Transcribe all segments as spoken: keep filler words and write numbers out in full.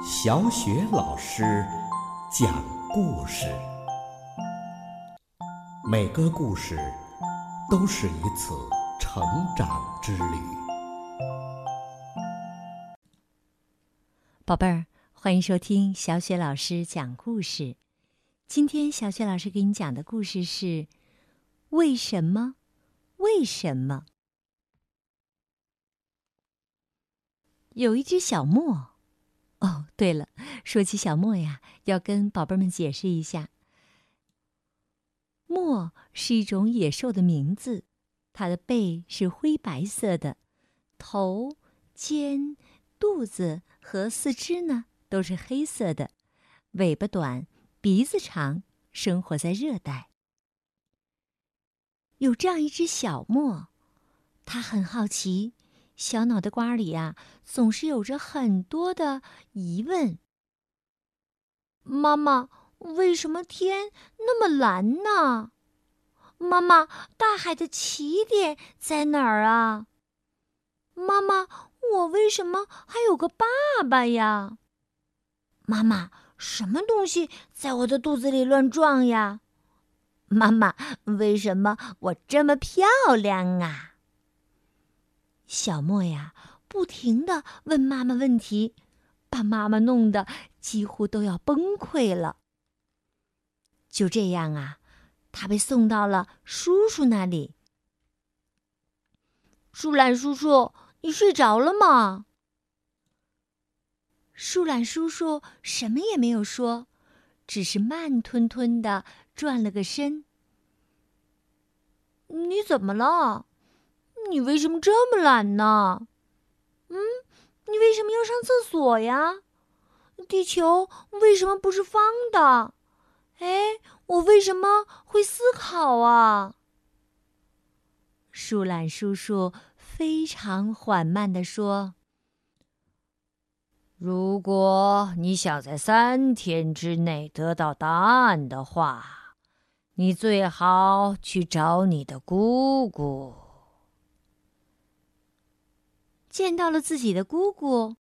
小雪老师讲故事，每个故事都是一次成长之旅。 宝贝儿，欢迎收听小雪老师讲故事。今天小雪老师给你讲的故事是为什么？为什么？有一只小墨。哦，对了，说起小墨呀，要跟宝贝们解释一下。墨是一种野兽的名字，它的背是灰白色的，头、肩、肚子和四肢呢都是黑色的，尾巴短，鼻子长，生活在热带。有这样一只小墨，它很好奇，小脑袋瓜里呀、啊，总是有着很多的疑问。妈妈，为什么天那么蓝呢？妈妈，大海的起点在哪儿啊？妈妈，我为什么还有个爸爸呀？妈妈，什么东西在我的肚子里乱撞呀？妈妈，为什么我这么漂亮啊？小墨呀，不停地问妈妈问题，把妈妈弄得几乎都要崩溃了。就这样啊，他被送到了叔叔那里。树懒叔叔，你睡着了吗？树懒叔叔什么也没有说，只是慢吞吞地转了个身。你怎么了？你为什么这么懒呢？嗯，你为什么要上厕所呀？地球为什么不是方的？哎，我为什么会思考啊？树懒叔叔非常缓慢地说：如果你想在三天之内得到答案的话，你最好去找你的姑姑。见到了自己的姑姑，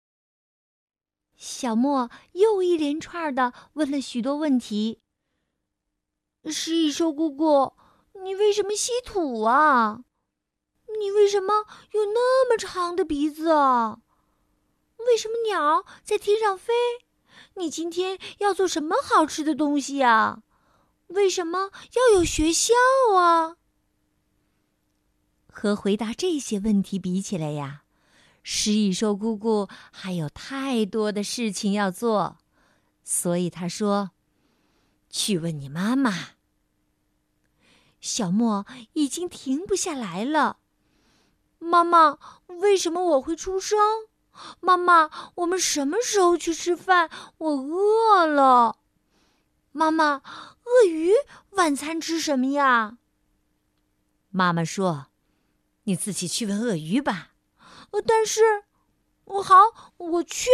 小墨又一连串的问了许多问题。食蚁兽姑姑，你为什么吸土啊？你为什么有那么长的鼻子啊？为什么鸟在天上飞？你今天要做什么好吃的东西呀？为什么要有学校啊？和回答这些问题比起来呀，食蚁兽姑姑还有太多的事情要做，所以她说：去问你妈妈。小墨已经停不下来了。妈妈，为什么我会出生？妈妈，我们什么时候去吃饭？我饿了。妈妈，鳄鱼晚餐吃什么呀？妈妈说：你自己去问鳄鱼吧。呃，但是，我好，我去。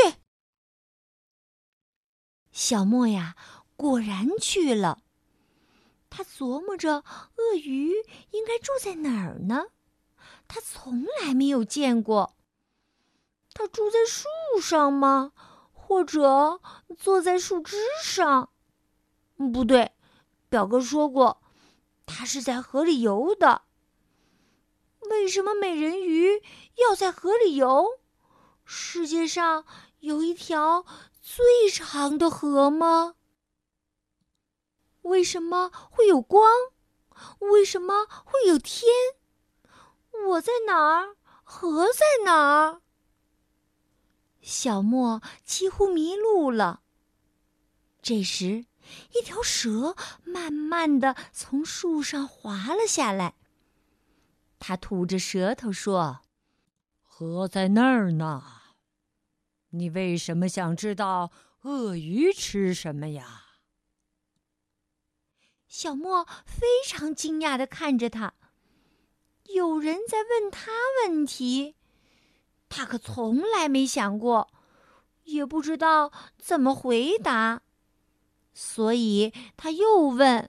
小墨呀，果然去了。他琢磨着，鳄鱼应该住在哪儿呢？他从来没有见过。他住在树上吗？或者坐在树枝上？不对，表哥说过，他是在河里游的。为什么美人鱼要在河里游？世界上有一条最长的河吗？为什么会有光？为什么会有天？我在哪儿？河在哪儿？小墨几乎迷路了。这时，一条蛇慢慢地从树上滑了下来。它吐着舌头说：河在那儿呢。你为什么想知道鳄鱼吃什么呀？小墨非常惊讶地看着他，有人在问他问题，他可从来没想过，也不知道怎么回答，所以他又问：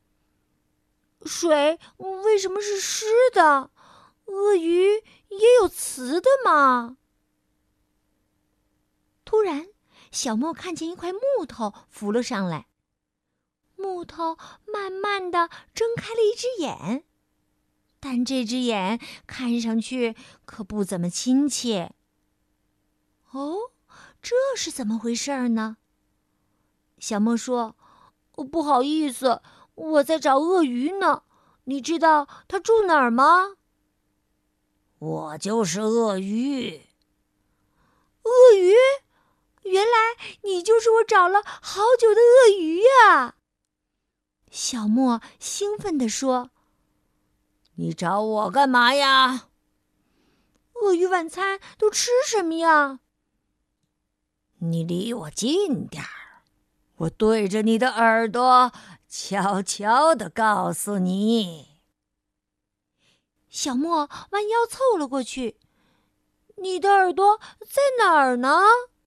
水为什么是湿的？鳄鱼也有雌的吗？突然， 小莫看见一块木头浮了上来，木头慢慢地睁开了一只眼，但这只眼看上去可不怎么亲切。哦，这是怎么回事呢？小莫说：“不好意思，我在找鳄鱼呢。你知道它住哪儿吗？”“ 我就是鳄鱼。”“ 鳄鱼？原来你就是我找了好久的鳄鱼呀！”小莫兴奋地说。 “你找我干嘛呀？”“ 鳄鱼晚餐都吃什么呀？”“ 你离我近点儿，我对着你的耳朵悄悄地告诉你。” 小莫弯腰凑了过去。“你的耳朵在哪儿呢？”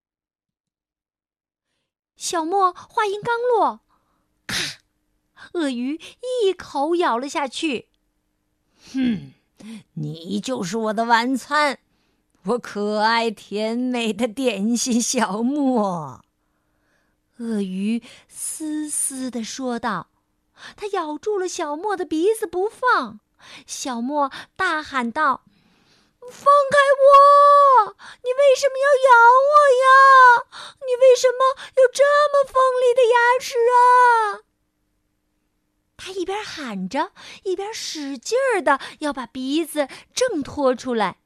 小莫话音刚落，咔！鳄鱼一口咬了下去。 “哼，你就是我的晚餐，我可爱甜美的点心小莫。” 鳄鱼嘶嘶地说道。它咬住了小莫的鼻子不放。小莫大喊道：“放开我！你为什么要咬我呀？你为什么有这么锋利的牙齿啊？”他一边喊着，一边使劲儿地要把鼻子挣脱出来。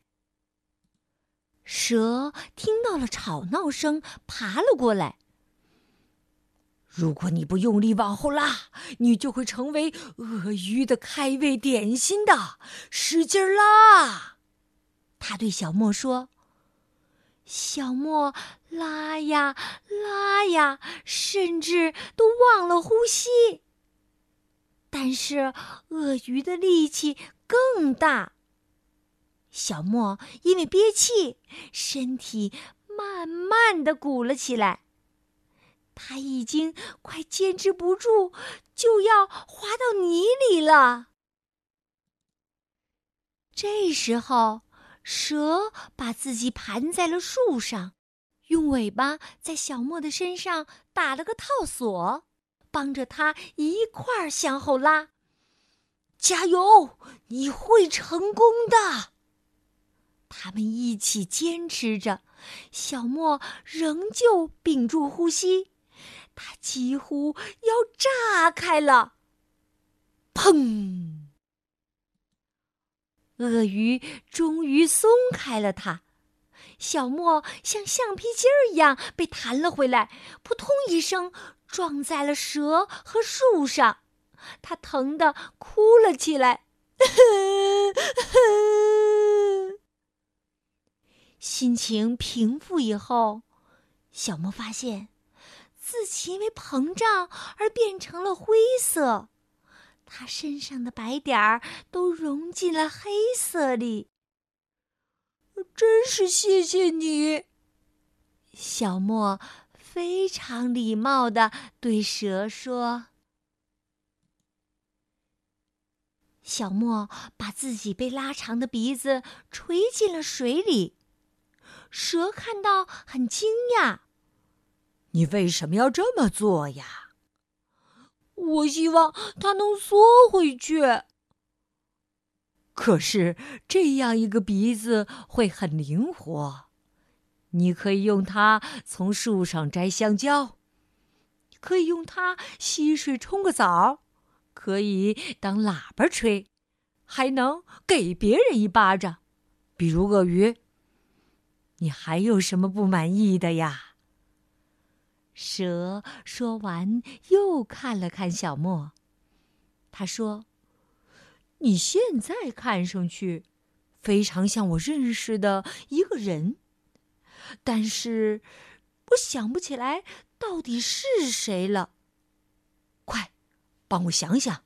蛇听到了吵闹声，爬了过来。“ 如果你不用力往后拉，你就会成为鳄鱼的开胃点心的，使劲儿拉！” 他对小莫说。小莫拉呀拉呀，甚至都忘了呼吸。但是鳄鱼的力气更大。小莫因为憋气，身体慢慢地鼓了起来。他已经快坚持不住，就要滑到泥里了。这时候，蛇把自己盘在了树上，用尾巴在小莫的身上打了个套索，帮着他一块儿向后拉。“加油，你会成功的！”他们一起坚持着，小莫仍旧屏住呼吸，他几乎要炸开了。砰！鳄鱼终于松开了它，小莫像橡皮筋儿一样被弹了回来，扑通一声撞在了蛇和树上，他疼得哭了起来。心情平复以后，小莫发现自己因为膨胀而变成了灰色，他身上的白点儿都融进了黑色里。“真是谢谢你！”小莫非常礼貌地对蛇说。小莫把自己被拉长的鼻子垂进了水里。蛇看到很惊讶。 “你为什么要这么做呀？”“ 我希望它能缩回去。”“ 可是这样一个鼻子会很灵活，你可以用它从树上摘香蕉，可以用它吸水冲个澡，可以当喇叭吹，还能给别人一巴掌，比如鳄鱼。你还有什么不满意的呀？” 蛇说完，又看了看小莫。他说：“ 你现在看上去非常像我认识的一个人，但是我想不起来到底是谁了。 快，帮我想想。”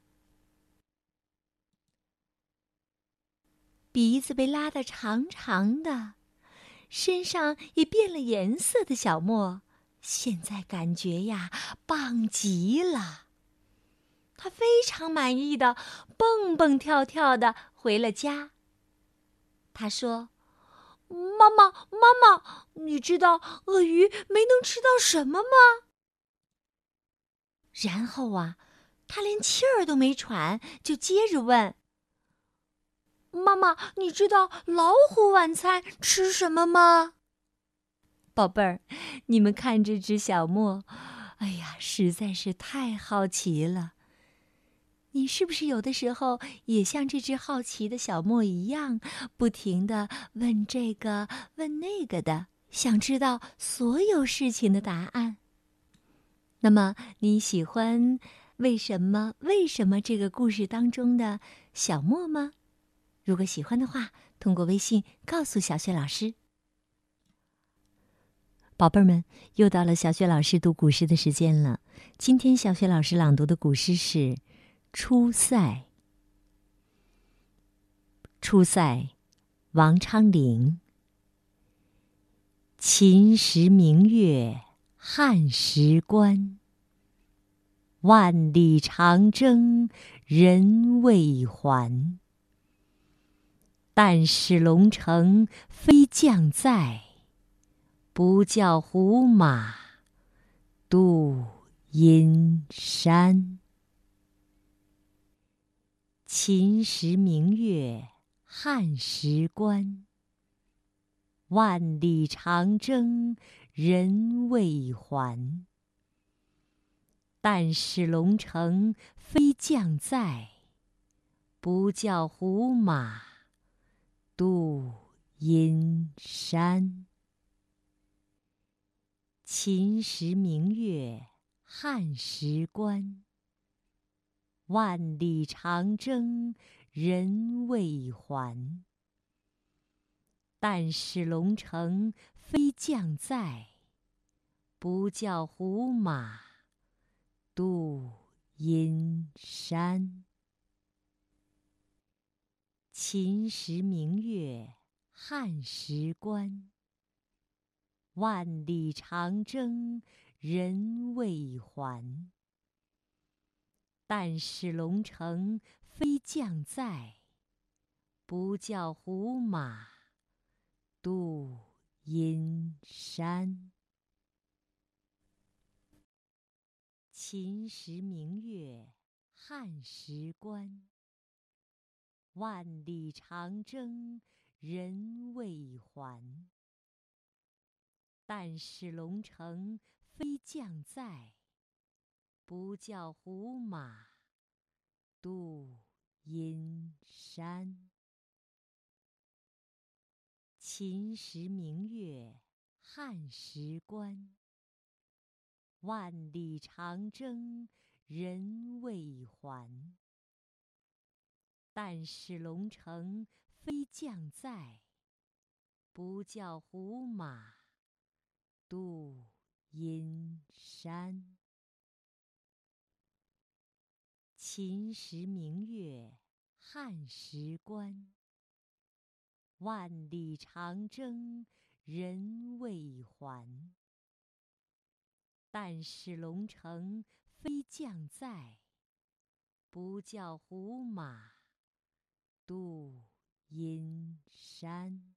鼻子被拉得长长的，身上也变了颜色的小莫，现在感觉呀，棒极了。他非常满意的蹦蹦跳跳的回了家。他说：“ 妈妈，妈妈，你知道鳄鱼没能吃到什么吗？然后啊，他连气儿都没喘，就接着问：妈妈，你知道老虎晚餐吃什么吗？ 宝贝儿，你们看这只小莫，哎呀，实在是太好奇了。你是不是有的时候也像这只好奇的小莫一样，不停地问这个问那个的，想知道所有事情的答案？那么你喜欢为什么为什么这个故事当中的小莫吗？如果喜欢的话，通过微信告诉小雪老师。宝贝儿们，又到了小雪老师读古诗的时间了。今天小雪老师朗读的古诗是《出塞》。出塞，王昌龄。秦时明月汉时关，万里长征人未还。但使龙城飞将在，不教胡马度阴山。秦时明月汉时关，万里长征人未还。但使龙城飞将在，不教胡马度阴山。秦时明月汉时关，万里长征人未还。但使龙城飞将在，不教胡马度阴山。秦时明月汉时关，万里长征人未还。但使龙城飞将在，不教胡马度阴山。秦时明月汉时关，万里长征人未还。但使龙城飞将在，不教胡马度阴山。秦时明月汉时关，万里长征人未还。但使龙城飞将在，不教胡马度阴山。秦时明月汉时关，万里长征人未还。但使龙城飞将在，不教胡马度阴山。